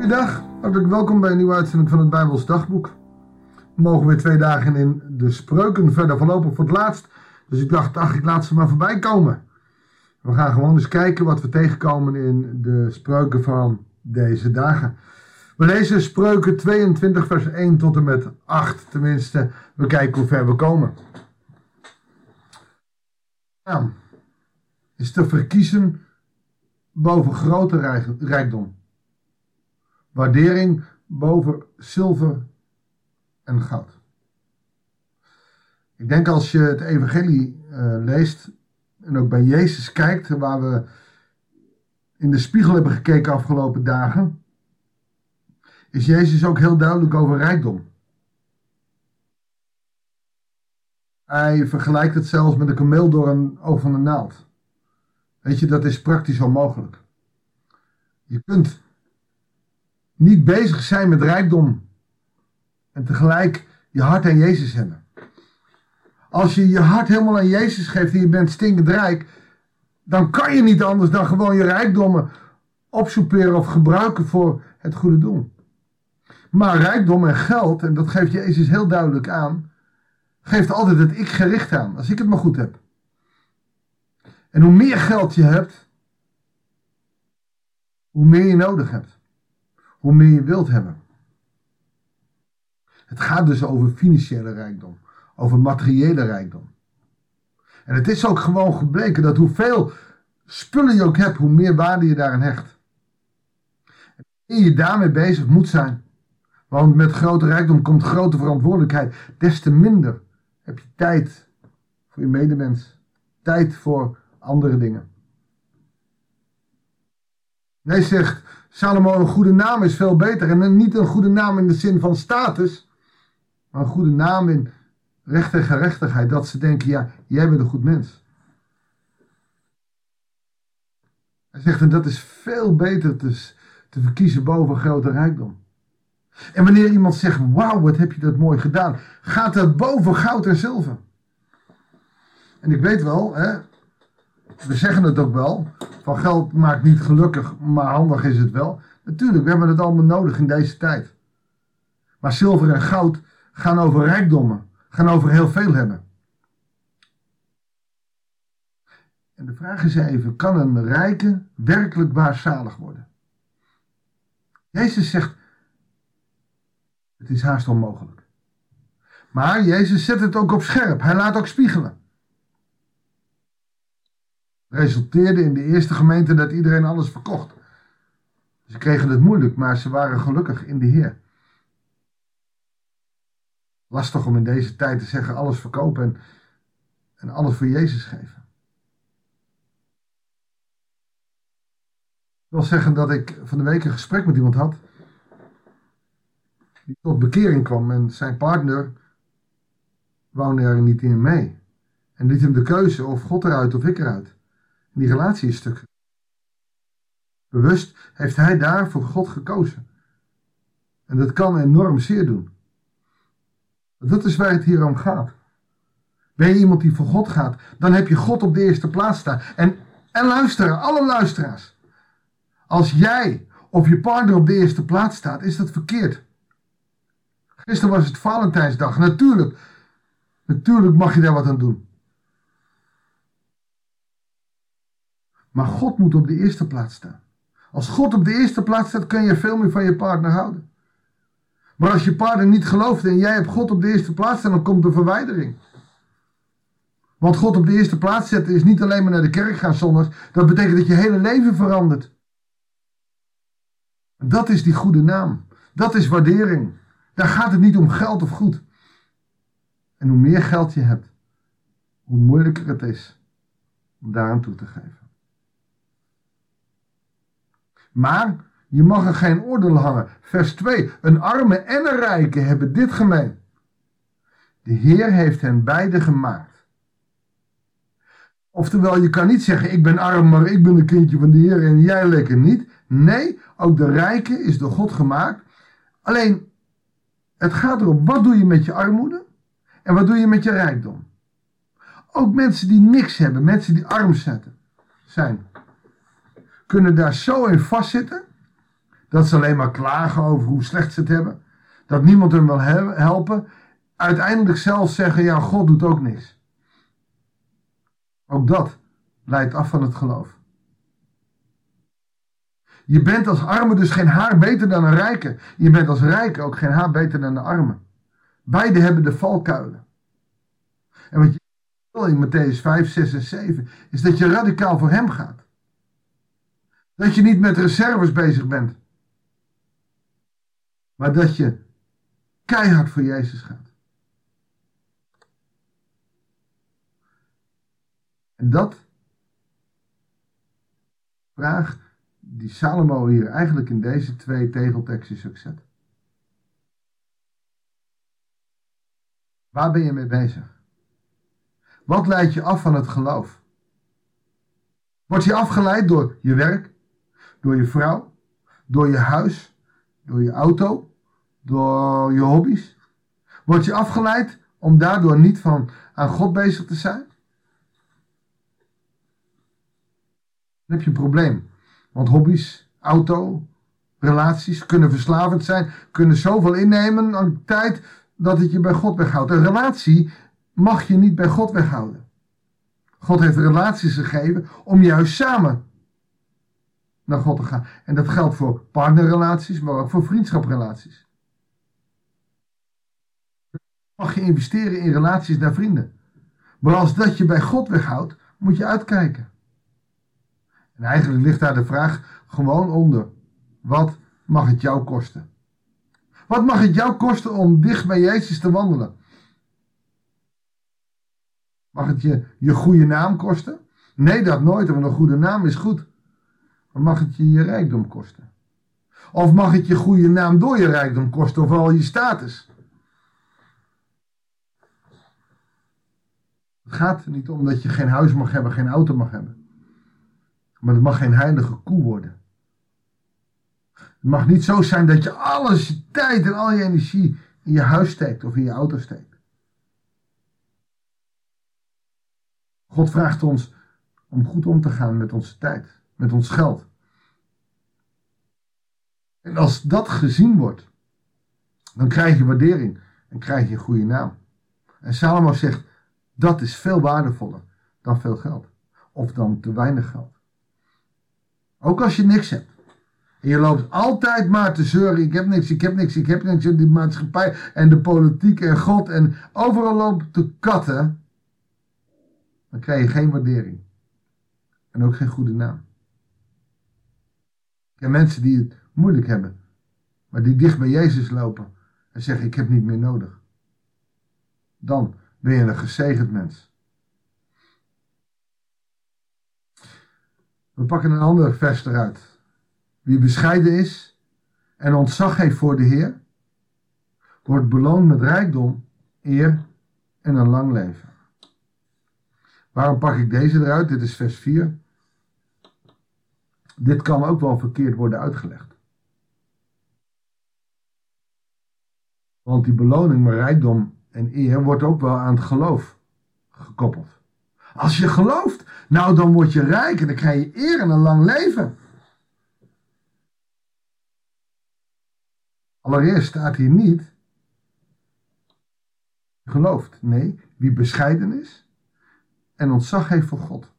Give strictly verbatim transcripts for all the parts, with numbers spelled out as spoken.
Goedendag, hartelijk welkom bij een nieuwe uitzending van het Bijbels Dagboek. We mogen weer twee dagen in de spreuken verder voorlopig voor het laatst. Dus ik dacht, ach, ik laat ze maar voorbij komen. We gaan gewoon eens kijken wat we tegenkomen in de spreuken van deze dagen. We lezen spreuken tweeëntwintig vers één tot en met acht. Tenminste, we kijken hoe ver we komen. Naam is te verkiezen boven grote rijkdom. Waardering boven zilver en goud. Ik denk als je het evangelie uh, leest en ook bij Jezus kijkt, waar we in de spiegel hebben gekeken afgelopen dagen, is Jezus ook heel duidelijk over rijkdom. Hij vergelijkt het zelfs met een kameel door een oog van een naald. Weet je, dat is praktisch onmogelijk. Je kunt niet bezig zijn met rijkdom en tegelijk je hart aan Jezus hebben. Als je je hart helemaal aan Jezus geeft en je bent stinkend rijk, dan kan je niet anders dan gewoon je rijkdommen opsoeperen of gebruiken voor het goede doel. Maar rijkdom en geld, en dat geeft Jezus heel duidelijk aan, geeft altijd het ik gericht aan, als ik het maar goed heb. En hoe meer geld je hebt, hoe meer je nodig hebt. Hoe meer je wilt hebben. Het gaat dus over financiële rijkdom. Over materiële rijkdom. En het is ook gewoon gebleken dat hoeveel spullen je ook hebt, hoe meer waarde je daaraan hecht. En je daarmee bezig moet zijn. Want met grote rijkdom komt grote verantwoordelijkheid. Des te minder heb je tijd voor je medemens. Tijd voor andere dingen. Nee, zegt Salomo, een goede naam is veel beter. En niet een goede naam in de zin van status. Maar een goede naam in recht en gerechtigheid. Dat ze denken, ja, jij bent een goed mens. Hij zegt, en dat is veel beter te, te verkiezen boven grote rijkdom. En wanneer iemand zegt, wauw, wat heb je dat mooi gedaan. Gaat dat boven goud en zilver. En ik weet wel, hè, we zeggen het ook wel, van geld maakt niet gelukkig, maar handig is het wel. Natuurlijk, we hebben het allemaal nodig in deze tijd. Maar zilver en goud gaan over rijkdommen, gaan over heel veel hebben. En de vraag is even, kan een rijke werkelijk waar zalig worden? Jezus zegt, het is haast onmogelijk. Maar Jezus zet het ook op scherp, hij laat ook spiegelen. Resulteerde in de eerste gemeente dat iedereen alles verkocht. Ze kregen het moeilijk, maar ze waren gelukkig in de Heer. Lastig om in deze tijd te zeggen alles verkopen en, en alles voor Jezus geven. Ik wil zeggen dat ik van de week een gesprek met iemand had die tot bekering kwam en zijn partner woonde er niet in mee. En liet hem de keuze of God eruit of ik eruit. Die relatie is stuk. Bewust heeft hij daar voor God gekozen. En dat kan enorm zeer doen. Dat is waar het hier om gaat. Ben je iemand die voor God gaat, dan heb je God op de eerste plaats staan. En, en luisteren, alle luisteraars. Als jij of je partner op de eerste plaats staat, is dat verkeerd. Gisteren was het Valentijnsdag. Natuurlijk, natuurlijk mag je daar wat aan doen. Maar God moet op de eerste plaats staan. Als God op de eerste plaats staat, kun je veel meer van je partner houden. Maar als je partner niet gelooft en jij hebt God op de eerste plaats staan, dan komt er verwijdering. Want God op de eerste plaats zetten is niet alleen maar naar de kerk gaan zondags. Dat betekent dat je hele leven verandert. Dat is die goede naam. Dat is waardering. Daar gaat het niet om geld of goed. En hoe meer geld je hebt, hoe moeilijker het is om daaraan toe te geven. Maar je mag er geen oordeel hangen. Vers twee. Een arme en een rijke hebben dit gemeen. De Heer heeft hen beide gemaakt. Oftewel, je kan niet zeggen, ik ben arm, maar ik ben een kindje van de Heer en jij lekker niet. Nee, ook de rijke is door God gemaakt. Alleen, het gaat erom, wat doe je met je armoede? En wat doe je met je rijkdom? Ook mensen die niks hebben, mensen die arm zijn, kunnen daar zo in vastzitten, Dat ze alleen maar klagen over hoe slecht ze het hebben. Dat niemand hun wil he- helpen. Uiteindelijk zelfs zeggen, ja, God doet ook niks. Ook dat leidt af van het geloof. Je bent als arme dus geen haar beter dan een rijke. Je bent als rijke ook geen haar beter dan de arme. Beide hebben de valkuilen. En wat je wil in Mattheüs vijf, zes en zeven is dat je radicaal voor hem gaat. Dat je niet met reserves bezig bent. Maar dat je keihard voor Jezus gaat. En dat vraag die Salomo hier eigenlijk in deze twee tegeltekstjes ook zet. Waar ben je mee bezig? Wat leidt je af van het geloof? Word je afgeleid door je werk, door je vrouw, door je huis, door je auto, door je hobby's? Word je afgeleid om daardoor niet van aan God bezig te zijn? Dan heb je een probleem. Want hobby's, auto, relaties kunnen verslavend zijn, kunnen zoveel innemen aan tijd dat het je bij God weghoudt. Een relatie mag je niet bij God weghouden. God heeft relaties gegeven om juist samen naar God te gaan. En dat geldt voor partnerrelaties, maar ook voor vriendschaprelaties. Mag je investeren in relaties naar vrienden. Maar als dat je bij God weghoudt, moet je uitkijken. En eigenlijk ligt daar de vraag gewoon onder. Wat mag het jou kosten? Wat mag het jou kosten om dicht bij Jezus te wandelen? Mag het je je goede naam kosten? Nee, dat nooit, want een goede naam is goed. Maar mag het je je rijkdom kosten? Of mag het je goede naam door je rijkdom kosten, of al je status? Het gaat er niet om dat je geen huis mag hebben, geen auto mag hebben. Maar het mag geen heilige koe worden. Het mag niet zo zijn dat je alles, je tijd en al je energie in je huis steekt of in je auto steekt. God vraagt ons om goed om te gaan met onze tijd, met ons geld. En als dat gezien wordt, dan krijg je waardering en krijg je een goede naam. En Salomo zegt, dat is veel waardevoller dan veel geld. Of dan te weinig geld. Ook als je niks hebt. En je loopt altijd maar te zeuren, ik heb niks, ik heb niks, ik heb niks in de maatschappij en de politiek en God en overal loopt te katten. Dan krijg je geen waardering. En ook geen goede naam. Ik ken mensen die het moeilijk hebben. Maar die dicht bij Jezus lopen. En zeggen, ik heb niet meer nodig. Dan ben je een gezegend mens. We pakken een ander vers eruit. Wie bescheiden is en ontzag heeft voor de Heer, wordt beloond met rijkdom, eer en een lang leven. Waarom pak ik deze eruit? Dit is vers vier. Dit kan ook wel verkeerd worden uitgelegd. Want die beloning met rijkdom en eer wordt ook wel aan het geloof gekoppeld. Als je gelooft, nou dan word je rijk en dan krijg je eer en een lang leven. Allereerst staat hier niet gelooft. Nee, wie bescheiden is en ontzag heeft voor God.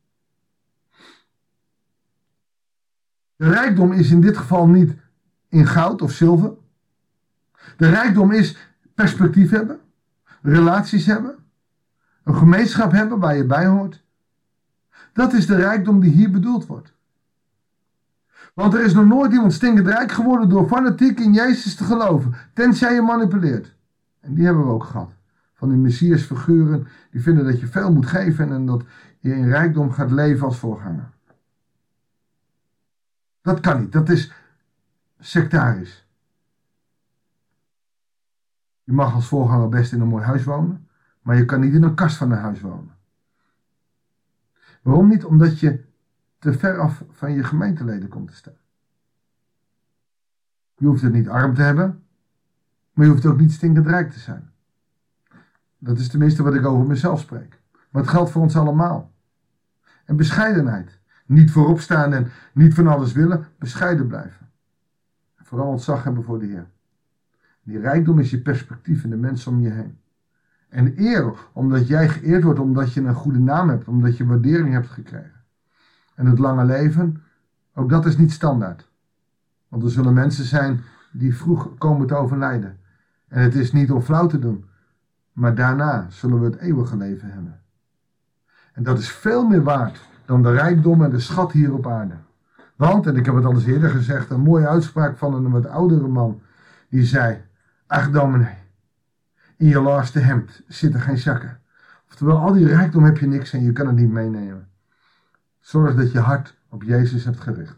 De rijkdom is in dit geval niet in goud of zilver. De rijkdom is perspectief hebben, relaties hebben, een gemeenschap hebben waar je bij hoort. Dat is de rijkdom die hier bedoeld wordt. Want er is nog nooit iemand stinkend rijk geworden door fanatiek in Jezus te geloven, tenzij je manipuleert. En die hebben we ook gehad. Van die messiasfiguren die vinden dat je veel moet geven en dat je in rijkdom gaat leven als voorganger. Dat kan niet, dat is sectarisch. Je mag als voorganger best in een mooi huis wonen, maar je kan niet in een kast van een huis wonen. Waarom niet? Omdat je te ver af van je gemeenteleden komt te staan. Je hoeft het niet arm te hebben, maar je hoeft ook niet stinkend rijk te zijn. Dat is tenminste wat ik over mezelf spreek. Maar het geldt voor ons allemaal. En bescheidenheid. Niet voorop staan en niet van alles willen, bescheiden blijven. vooral ontzag hebben voor de Heer. Die rijkdom is je perspectief in de mensen om je heen. En eer, omdat jij geëerd wordt, omdat je een goede naam hebt, omdat je waardering hebt gekregen. En het lange leven, ook dat is niet standaard. Want er zullen mensen zijn die vroeg komen te overlijden. En het is niet om flauw te doen, maar daarna zullen we het eeuwige leven hebben. En dat is veel meer waard dan de rijkdom en de schat hier op aarde. Want, en ik heb het al eens eerder gezegd, een mooie uitspraak van een wat oudere man, die zei: ach dominee, in je laarste hemd zitten geen zakken. Oftewel, al die rijkdom heb je niks en je kan het niet meenemen. Zorg dat je hart op Jezus hebt gericht.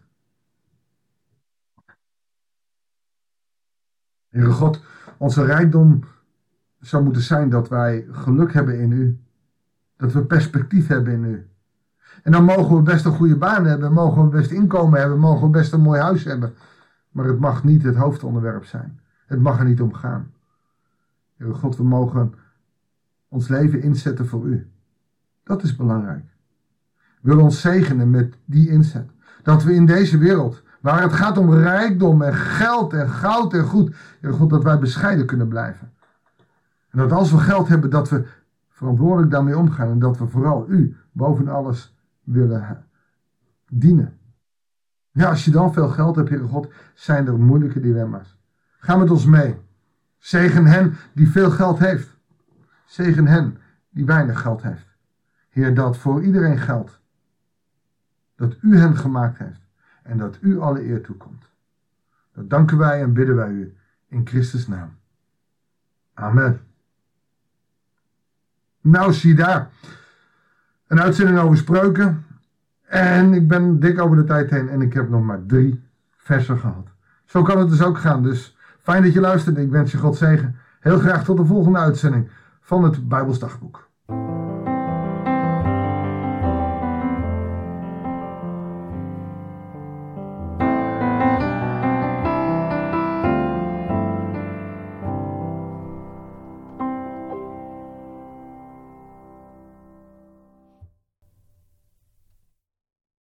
Heere God, onze rijkdom zou moeten zijn dat wij geluk hebben in u. Dat we perspectief hebben in u. En dan mogen we best een goede baan hebben, mogen we best inkomen hebben, mogen we best een mooi huis hebben. Maar het mag niet het hoofdonderwerp zijn. Het mag er niet om gaan. Heere God, we mogen ons leven inzetten voor u. Dat is belangrijk. We willen ons zegenen met die inzet. Dat we in deze wereld, waar het gaat om rijkdom en geld en goud en goed, Heere God, dat wij bescheiden kunnen blijven. En dat als we geld hebben, dat we verantwoordelijk daarmee omgaan en dat we vooral u boven alles willen dienen. Ja, als je dan veel geld hebt, Heere God, zijn er moeilijke dilemma's. Ga met ons mee. Zegen hen die veel geld heeft. Zegen hen die weinig geld heeft. Heer, dat voor iedereen geldt. Dat u hen gemaakt heeft. En dat u alle eer toekomt. Dat danken wij en bidden wij u in Christus' naam. Amen. Nou, zie daar. Een uitzending over spreuken. En ik ben dik over de tijd heen en ik heb nog maar drie versen gehad. Zo kan het dus ook gaan. Dus fijn dat je luistert. Ik wens je God zegen. Heel graag tot de volgende uitzending van het Bijbels Dagboek.